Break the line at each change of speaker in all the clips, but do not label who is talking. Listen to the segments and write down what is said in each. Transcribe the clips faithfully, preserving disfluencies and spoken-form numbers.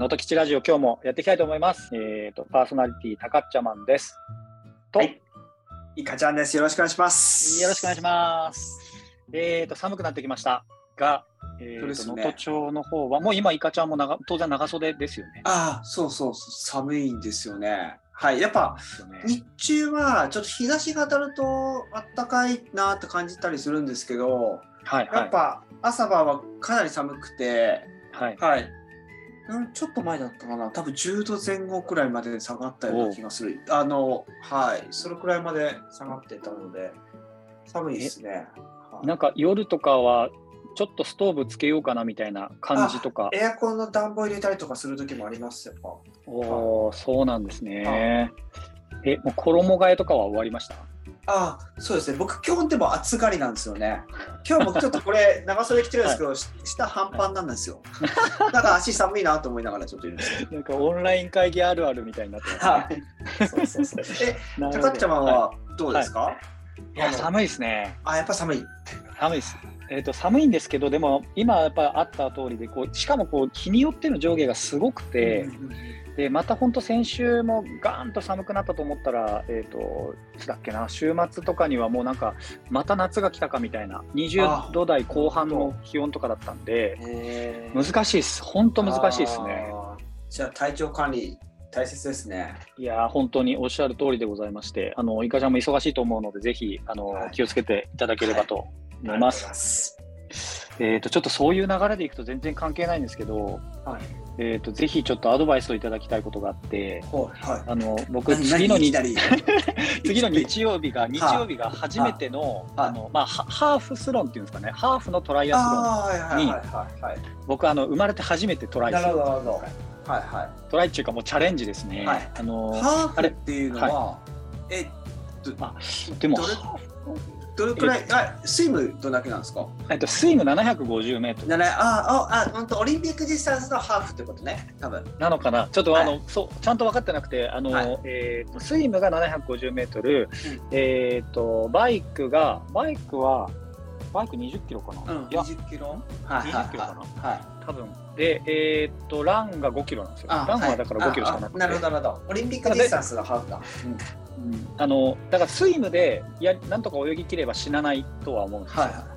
能登吉ラジオ、今日もやっていきたいと思います。えっと、パーソナリティ、たかっちゃマンです。と、
はい、いかちゃんです。よろしくお願いします。
よろしくお願いします。えっと、寒くなってきましたが、えっと、能登町の方は、もう今、いかちゃんも長当然長袖ですよね。
ああ、そうそう、寒いんですよね。はい、やっぱ、ね、日中はちょっと日差しが当たると暖かいなって感じたりするんですけど、はいはい、やっぱ朝晩はかなり寒くて、はいはい、ちょっと前だったかな、多分じゅうどぜん後くらいまで下がったような気がする。あの、はい、それくらいまで下がってたので、寒いですね。
はい、なんか夜とかはちょっとストーブつけようかなみたいな感じとか。
エアコンの暖房入れたりとかする時もありますよ。
おお、そうなんですね。え、もう衣替えとかは終わりました？
ああ、そうですね。僕基本でも暑がりなんですよね。今日僕ちょっとこれ長袖着てるんですけど、はい、下半パンなんですよ。だから足寒いなと思いながらちょっといるんですよ。
なんかオンライン会議あるあるみたいになってますね。
はい。そうそうそう。え、たかっちゃまはどうですか？はい
いや、寒いですね。
あ、やっぱ寒い。
寒いです。えーと、寒いんですけど、でも今やっぱあった通りでこう、しかもこう日によっての上下がすごくて、うんうんうん、でまた本当先週もガーンと寒くなったと思ったら、えーと、いつだっけな、週末とかにはもうなんかまた夏が来たかみたいなにじゅうど台後半の気温とかだったんで、難しいです。本当難しいですね。
じゃあ体調管理大切ですね。
いや本当におっしゃる通りでございまして、あのいかちゃんも忙しいと思うので、ぜひあの、はい、気をつけていただければと思います。はい、えーと、ちょっとそういう流れでいくと全然関係ないんですけど、はい、えーと、ぜひちょっとアドバイスをいただきたいことがあって、はい、あの僕次のに次の日曜日が日曜日が初めてのあのまあハーフスロンっていうんですかね、ハーフのトライアスロンに僕あの生まれて初めてトライするんですよ。はいはい、トライっていうかもうチャレンジですね。はい、あのー、
ハーフっていうのは、はい、え
あでも
どれくらい、あ、スイムどんだけなんですか？
えっとスイムななひゃくごじゅうメートル。
あああ、本当オリンピックディスタンスのハーフってことね、多分。
なのかな。ちょっとあの、はい、そうちゃんと分かってなくて、あの、はい、えー、とスイムがななひゃくごじゅうメートル、うん、えっ、ー、とバイクがバイクはバイクにじゅっキロかな。
うん、にじゅっキロ？
はい、にじゅっキロかな。はい。多分で、えー、っとランがごキロなんですよ。ランはだからごキロしかなくて。
なるほどなるほど。オリンピックディスタンスのハーフだ。
うん、あのだからスイムでやなんとか泳ぎきれば死なないとは思うんですよ。はいはい、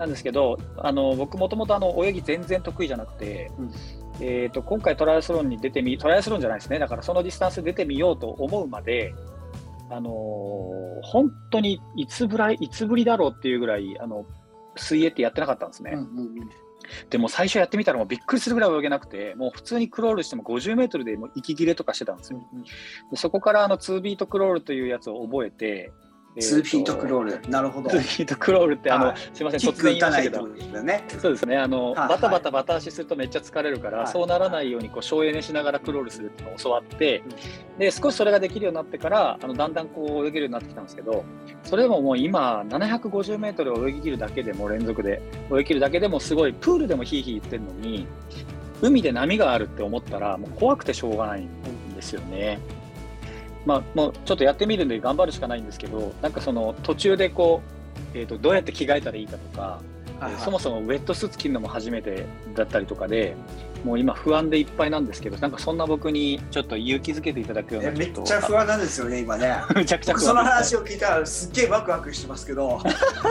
なんですけど、あの僕もともとあの泳ぎ全然得意じゃなくて、うん、えー、っと今回トライアスロンに出てみトライアスロンじゃないですね。だからそのディスタンス出てみようと思うまで。あのー、本当にいつぶらいいつぶりだろうっていうぐらいあの水泳ってやってなかったんですね。うんうんうん、でも最初やってみたらもうびっくりするぐらい泳げなくて、もう普通にクロールしてもごじゅうメートルでもう息切れとかしてたんですよ。うんうん、でそこからあのツービートクロールというやつを覚えて、
ツービートクロール、なるほど。
ツービートクロールってあの、はい、すみません突然言いましたけど、
ね、
そうですね、あの、はい、バタバタバタ足するとめっちゃ疲れるから、はい、そうならないようにこう省エネしながらクロールするっていうのを教わって、うん、で少しそれができるようになってからあのだんだんこう泳げるようになってきたんですけど、それでももう今ななひゃくごじゅうメートルを泳ぎ切るだけでも連続で泳ぎ切るだけでもすごい、プールでもヒーヒー言ってるのに海で波があるって思ったらもう怖くてしょうがないんですよね。まあ、もうちょっとやってみるんで頑張るしかないんですけど、なんかその途中でこう、えーと、どうやって着替えたらいいかとか、はいはい、そもそもウェットスーツ着るのも初めてだったりとかで、もう今不安でいっぱいなんですけど、なんかそんな僕にちょっ勇気づけていただくような。
めっちゃ不安なんですよね今ね。
めちゃくちゃ不安です。
その話を聞いたらすっげえワクワクしてますけど。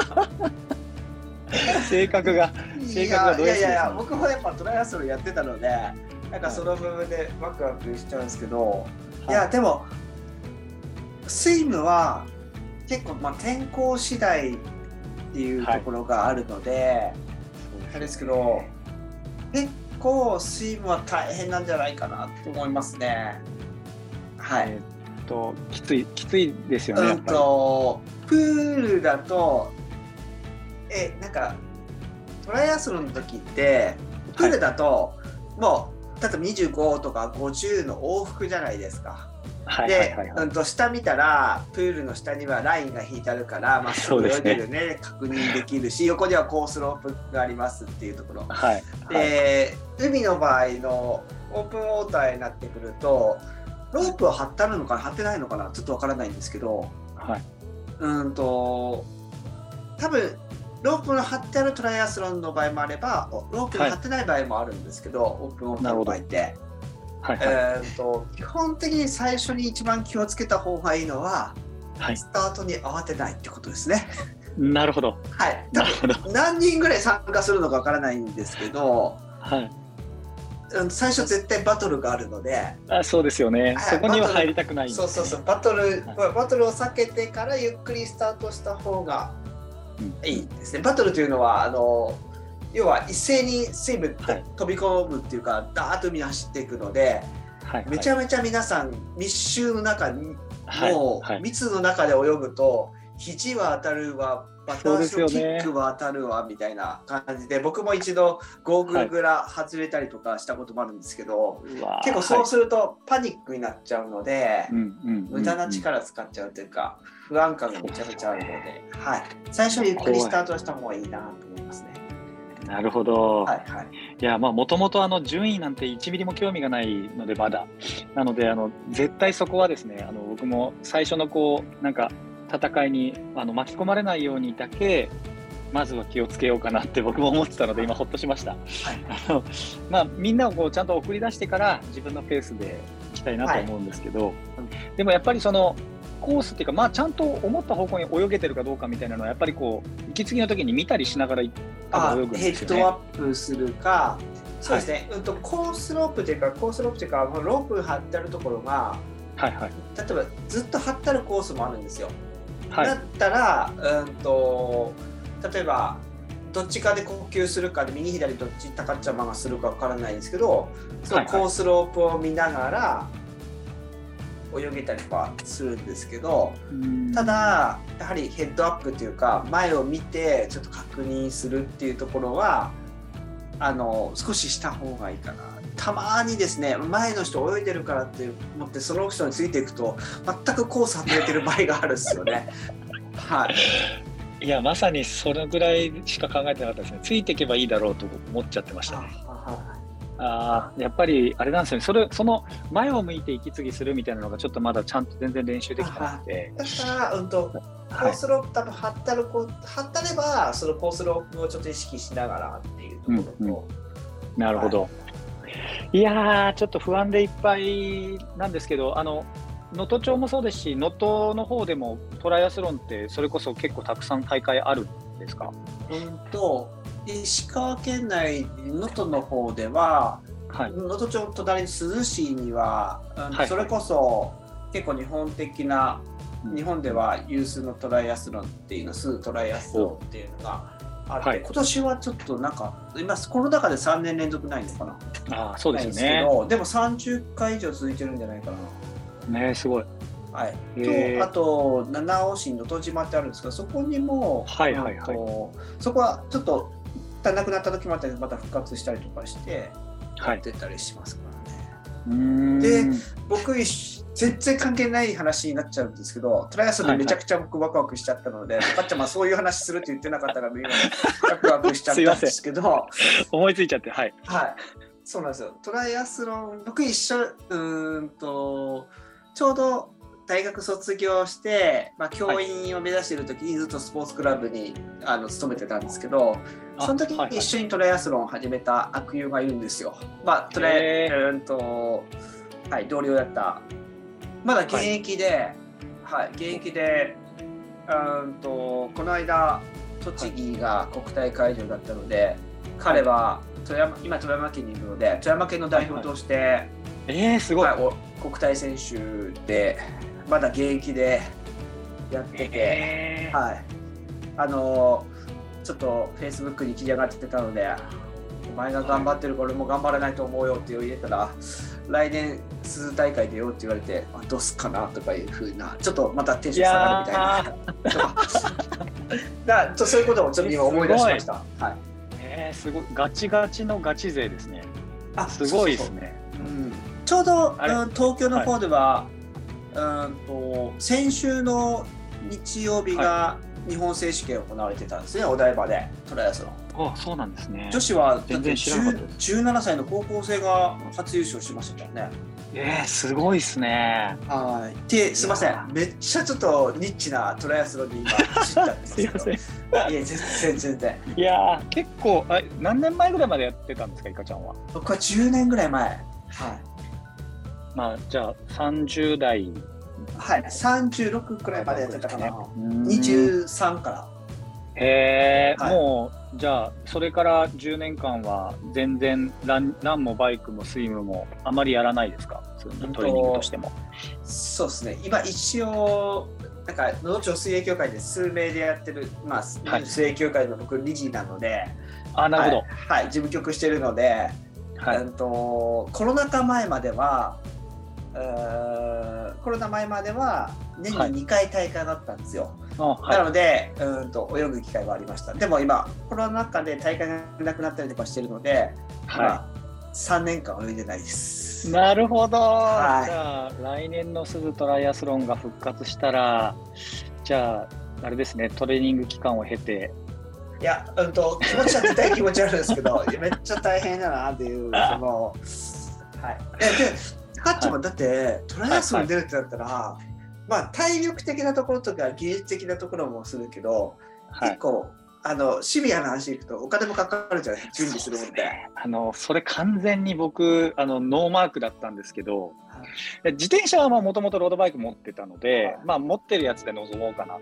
性格が性格がどうですか？
いやいやいや、僕もやっぱトライアスロンやってたので、なんかその部分でワクワクしちゃうんですけど、はい、いやでもスイムは結構、まあ、天候次第っていうところがあるので、はい、あれですけど、結構スイムは大変なんじゃないかなと思いますね。はい。
えー、っときついきついですよね。
うんとプールだとえなんかトライアスロンの時ってプールだと、はい、もう例えばにじゅうごとかごじゅうの往復じゃないですか。で、うんと下見たらプールの下にはラインが引いてあるからまっすぐ泳げる ね, ね確認できるし、横にはコースロープがありますっていうところ、はい、で、はい、海の場合のオープンウォーターになってくるとロープは張ってあるのかな張ってないのかなちょっとわからないんですけど、はい、うんと多分ロープの張ってあるトライアスロンの場合もあればロープの張ってない場合もあるんですけど、はい、オープンウォーターの場合って
はいはい、
えー、と基本的に最初に一番気をつけた方がいいのは、はい、スタートに慌てないってことですね。
なるほど。
はい。多分何人ぐらい参加するのかわからないんですけど、はい、最初絶対バトルがあるので、
あ、そうですよね、はい、そこには入りたくないんです、ね、
そうそうそう、バトル、はい、バトルを避けてからゆっくりスタートした方がいいですね。バトルというのはあの要は一斉に水分って飛び込むっていうか、はい、ダーッと海に走っていくので、はいはい、めちゃめちゃ皆さん密集の中に、はい、もう密の中で泳ぐと肘は当たるわ、バタ足のキックは当たるわみたいな感じで、僕も一度ゴーグルが外れたりとかしたこともあるんですけど、はい、結構そうするとパニックになっちゃうので、はい、無駄な力使っちゃうというか、不安感がめちゃめちゃあるので、はい、最初にゆっくりスタートした方がいいなと思いますね。
なるほど。はいはい、いや、まあもともとあの順位なんていちミリも興味がないので、まだなのであの絶対そこはですね、あの僕も最初のこうなんか戦いにあの巻き込まれないようにだけまずは気をつけようかなって僕も思ってたので、今ほっとしました。はい、あのまあみんなをこうちゃんと送り出してから自分のペースでいきたいなと思うんですけど、はい、でもやっぱりそのコースっていうか、まあちゃんと思った方向に泳げてるかどうかみたいなのはやっぱりこう息継ぎの時に見たりしながら泳ぐんですよね。ヘッドアップするか、そうですね、はい、うんとコースロープというかコースロープというかロープ張ってあるところが、はいはい、例えばずっと張ってあるコースもあるんですよ。はい、だったら、うんと例えばどっちかで呼吸するかで右左どっち高っちゃまがするかわからないんですけど、そのコースロープを見ながら泳げたりとかするんですけど、ただやはりヘッドアップというか前を見てちょっと確認するっていうところはあの少しした方がいいかな。たまにですね、前の人泳いでるからって思ってその人についていくと全くコース外れてる場合があるんですよね。はい、 いやまさにそれぐらいしか考えてなかったですね。ついていけばいいだろうと思っちゃってましたね。ああ、やっぱりあれなんですよね。それその前を向いて息継ぎするみたいなのがちょっとまだちゃんと全然練習できてなくて。
だから、うんと、コースロープ多分張ったるこ張ったればそのコースロープをちょっと意識しながらっていうところと、うんうん、
なるほど。はい、いやーちょっと不安でいっぱいなんですけど、あの能登町もそうですし、能登の方でもトライアスロンってそれこそ結構たくさん大会あるんですか？
うんと石川県内能登の方では、はい、能登町隣に珠洲市には、はいはい、それこそ結構日本的な、うん、日本では有数のトライアスロンっていうのスートライアスロンっていうのがあって、はい、今年はちょっとなんか今コロナ禍でさんねん連続ないのかな。
ああ、そうですよね。
ないですけど、でもさんじゅっかい以上続いてるんじゃないか
な。ね、すごい。
はい、とあと七尾市の能登島ってあるんですけど、そこにも、はいはいはい、そこはちょっとなくなった時もあったりまた復活したりとかしてやってたりしますからね。はい、で僕全然関係ない話になっちゃうんですけど、トライアスロンでめちゃくちゃ僕ワクワクしちゃったので、はいはい、かっちゃんまあそういう話するって言ってなかったから今ワクワクしちゃったんですけど
思いついちゃって、はい、
はい、そうなんですよ。トライアスロン僕一緒うーんとちょうど大学卒業して、まあ、教員を目指している時にずっとスポーツクラブにあの勤めてたんですけど、その時に一緒にトライアスロンを始めた悪友がいるんですよ。まあトライうんと、はい、同僚だったまだ現役で、はいはい、現役でうんとこの間栃木が国体会場だったので、はい、彼は富山今富山県にいるので富山県の代表として、はいはい、
えー、すごい、はい、
国体選手でまだ現役でやってて、えー、はい、あのちょっとフェイスブックに切り上がってたので、お前が頑張ってるから俺も頑張らないと思うよって入れたら、来年鈴大会出ようって言われて、あどうすっかなとかいう風な、ちょっとまたテンション下がるみたいなだからそういうことをちょっと今思い出しました。はい、
えー、すごいガチガチのガチ勢ですね。あ、すごいですね。
そうそうそう、うん、ちょうど、うん、東京の方では、はい、うんと先週の日曜日が日本選手権行われてたんですね、お台場でトライアスロン。
あ、そうなんですね。
女子はだってじゅうななさいの高校生が初優勝しましたからね。
えー、すごいですね。
はい。で、すいません、めっちゃちょっとニッチなトライアスロンに今走ったんですけど。すいません。いや、全然全然。
いやー、結構あ何年前ぐらいまでやってたんですか、いかちゃんは。
僕はじゅうねんぐらい前。はい。
まあじゃあさんじゅう代、
はい、さんじゅうろくくらいまでやってたかな。にじゅうさんから。
へえ、はい、もうじゃあそれからじゅうねんかんは全然ラン、ランもバイクもスイムもあまりやらないですか？そのトレーニングとしても。
そうですね。今一応なんかのどちょ水泳協会で数名でやってる、まあ、はい、水泳協会の僕理事なので、
あ、なるほど。
はい、はい、事務局してるので、はい、とコロナ禍前までは、コロナ前までは年ににかい大会だったんですよ。はい、なので、うんと泳ぐ機会はありました。でも今コロナ禍で大会がなくなったりとかしてるので、はい、まあ、さんねんかん泳いでないです。
なるほど、はい、じゃあ来年の鈴トライアスロンが復活したら、じゃああれですね、トレーニング期間を経て、
いや、うんと気持ちは絶対気持ち悪いですけどめっちゃ大変だなっていうその、はい、でカッチもだって、はい、トライアスロン出るってなったら、はい、まあ体力的なところとか技術的なところもするけど、はい、結構あのシビアな話いくとお金もかかるじゃない、準備するもんで、ね、
あのそれ完全に僕あのノーマークだったんですけど、はい、自転車はもともとロードバイク持ってたので、はい、まあ、持ってるやつで臨もうかなって。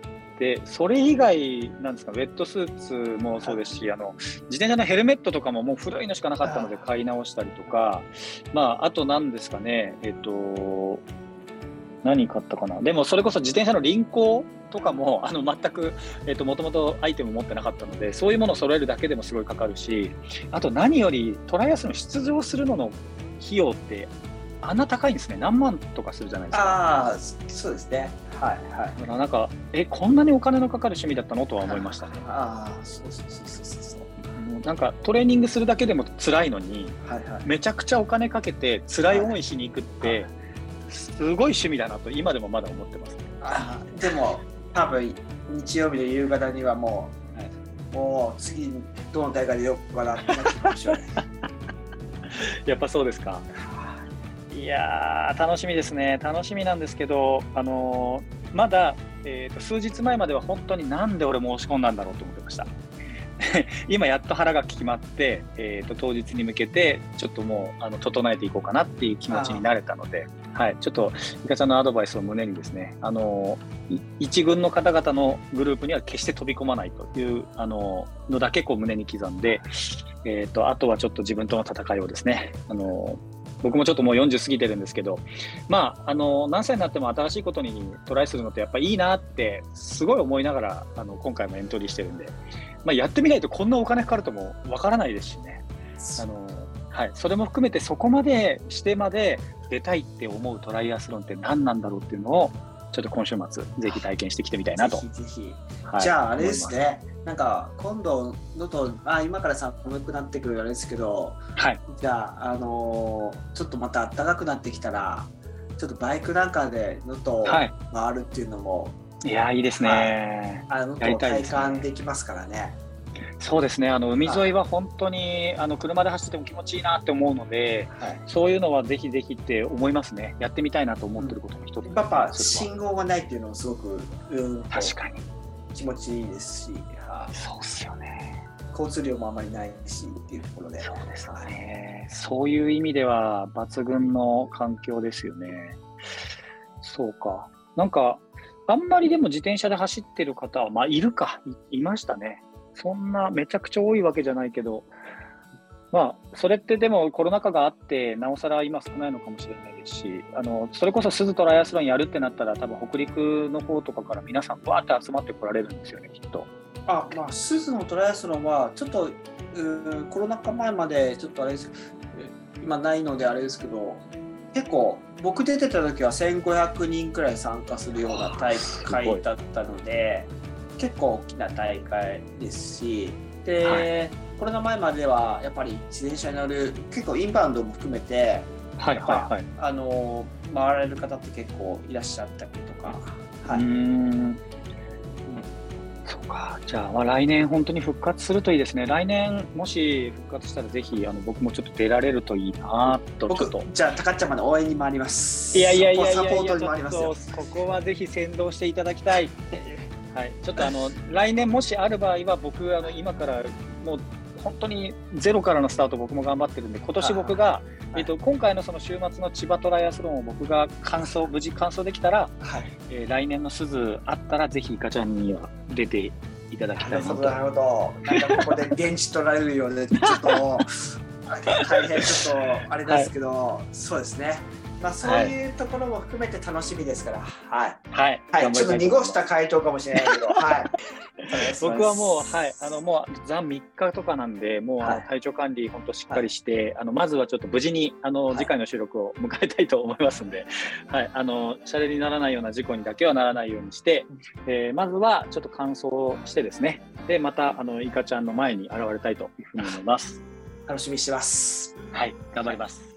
それ以外なんですか、ウェットスーツもそうですし、はい、あの自転車のヘルメットとかももう古いのしかなかったので買い直したりとか、まあ、あと何ですかね、えっと何買ったかな。でもそれこそ自転車の輪行とかもあの全くもともとアイテム持ってなかったので、そういうものを揃えるだけでもすごいかかるし、あと何よりトライアスロン出場するのの費用ってあんな高いんですね。何万とかするじゃないですか。
ああ、そうですね。はいはい。
だからなんかえこんなにお金のかかる趣味だったのとは思いましたね。
ああ、そうそうそうそうそう。
なんかトレーニングするだけでも辛いのに、はいはい、めちゃくちゃお金かけて辛い思いしに行くって、はいはい、すごい趣味だなと今でもまだ思ってますね。
あでも多分日曜日の夕方にはもう、はい、もう次どの大会でよくかなってなってきましょうね。
やっぱそうですか。いやー楽しみですね。楽しみなんですけど、あのー、まだ、えーと、数日前までは本当になんで俺申し込んだんだろうと思ってました。今やっと腹が決まって、えーと、当日に向けてちょっともうあの整えていこうかなっていう気持ちになれたので、はい、ちょっといかちゃんのアドバイスを胸にですね、あの一軍の方々のグループには決して飛び込まないというあののだけこう胸に刻んで、えーと、あとはちょっと自分との戦いをですね、あの僕もちょっともうよんじゅう過ぎてるんですけど、まあ、あの何歳になっても新しいことにトライするのってやっぱいいなってすごい思いながらあの今回もエントリーしてるんで、まあ、やってみないとこんなお金かかるともわからないですしね。あの、はい、それも含めてそこまでしてまで出たいって思うトライアスロンって何なんだろうっていうのをちょっと今週末ぜひ体験してきてみたいなと。
ぜひぜひ、はい、じゃああれですね、なんか今度のと、あ、今から寒くなってくるあれですけど、はい、じゃあ、あのー、ちょっとまた暖かくなってきたらちょっとバイクなんかで能登回るっていうのも、はい、
いやいいですね。
あの能登体感できますからね。
そうですね、あの海沿いは本当にあの車で走ってても気持ちいいなって思うので、はい、そういうのはぜひぜひって思いますね。やってみたいなと思ってることの一つ、うん、
やっぱ信号がないっていうのもすごく、うん、
確かに
気持ちいいですし、
そうっすよね。
交通量もあまりないしっていうところで、
そうですね、そういう意味では抜群の環境ですよね。そうか、なんかあんまりでも自転車で走ってる方はまあいるか い, いましたね。そんなめちゃくちゃ多いわけじゃないけど、まあそれってでもコロナ禍があってなおさら今少ないのかもしれないですし、あのそれこそ鈴トライアスロンやるってなったら多分北陸の方とかから皆さんバーって集まってこられるんですよね、きっと。
あ、まあ鈴のトライアスロンはちょっとコロナ禍前までちょっとあれです今ないのであれですけど、結構僕出てた時はせんごひゃくにんくらい参加するような大会だったので、結構大きな大会ですし、で、はい、コロナ前まではやっぱり自転車に乗る結構インバウンドも含めて、はいはいはい、あの回られる方って結構いらっしゃったりとか、はい、うーん、うん、
そうか。じゃあ、まあ、来年本当に復活するといいですね。来年もし復活したらぜひあの僕もちょっと出られるといいなと。
僕
ちょっと
じゃあ高っちゃんまで応援に回ります。
いやいやいやいやいや、
サポートに回りますよ。
ここはぜひ先導していただきたい。はい、ちょっとあの来年もしある場合は僕あの今からもう本当にゼロからのスタート僕も頑張ってるんで、今年僕が、えっと、今回のその週末の千葉トライアスロンを僕が完走無事完走できたら、はい、えー、来年の鈴あったらぜひイカちゃんには出ていただきたいなと。
なるほど。なんかここで現地取られるようでちょっと大変ちょっとあれですけど、はい、そうですね。まあそういうところも含めて楽しみですから、はい
はい、
はい、ちょっと濁した回答かもしれないけど、はい。
僕はもう、はい、あのもう残みっかとかなんで、もう、はい、体調管理本当しっかりして、はい、あのまずはちょっと無事にあの、はい、次回の収録を迎えたいと思いますんで、はい、あのシャレにならないような事故にだけはならないようにして、えー、まずはちょっと完走してですね、でまたあのイカちゃんの前に現れたいというふうに思います。
楽しみにしてます。
はい、頑張ります。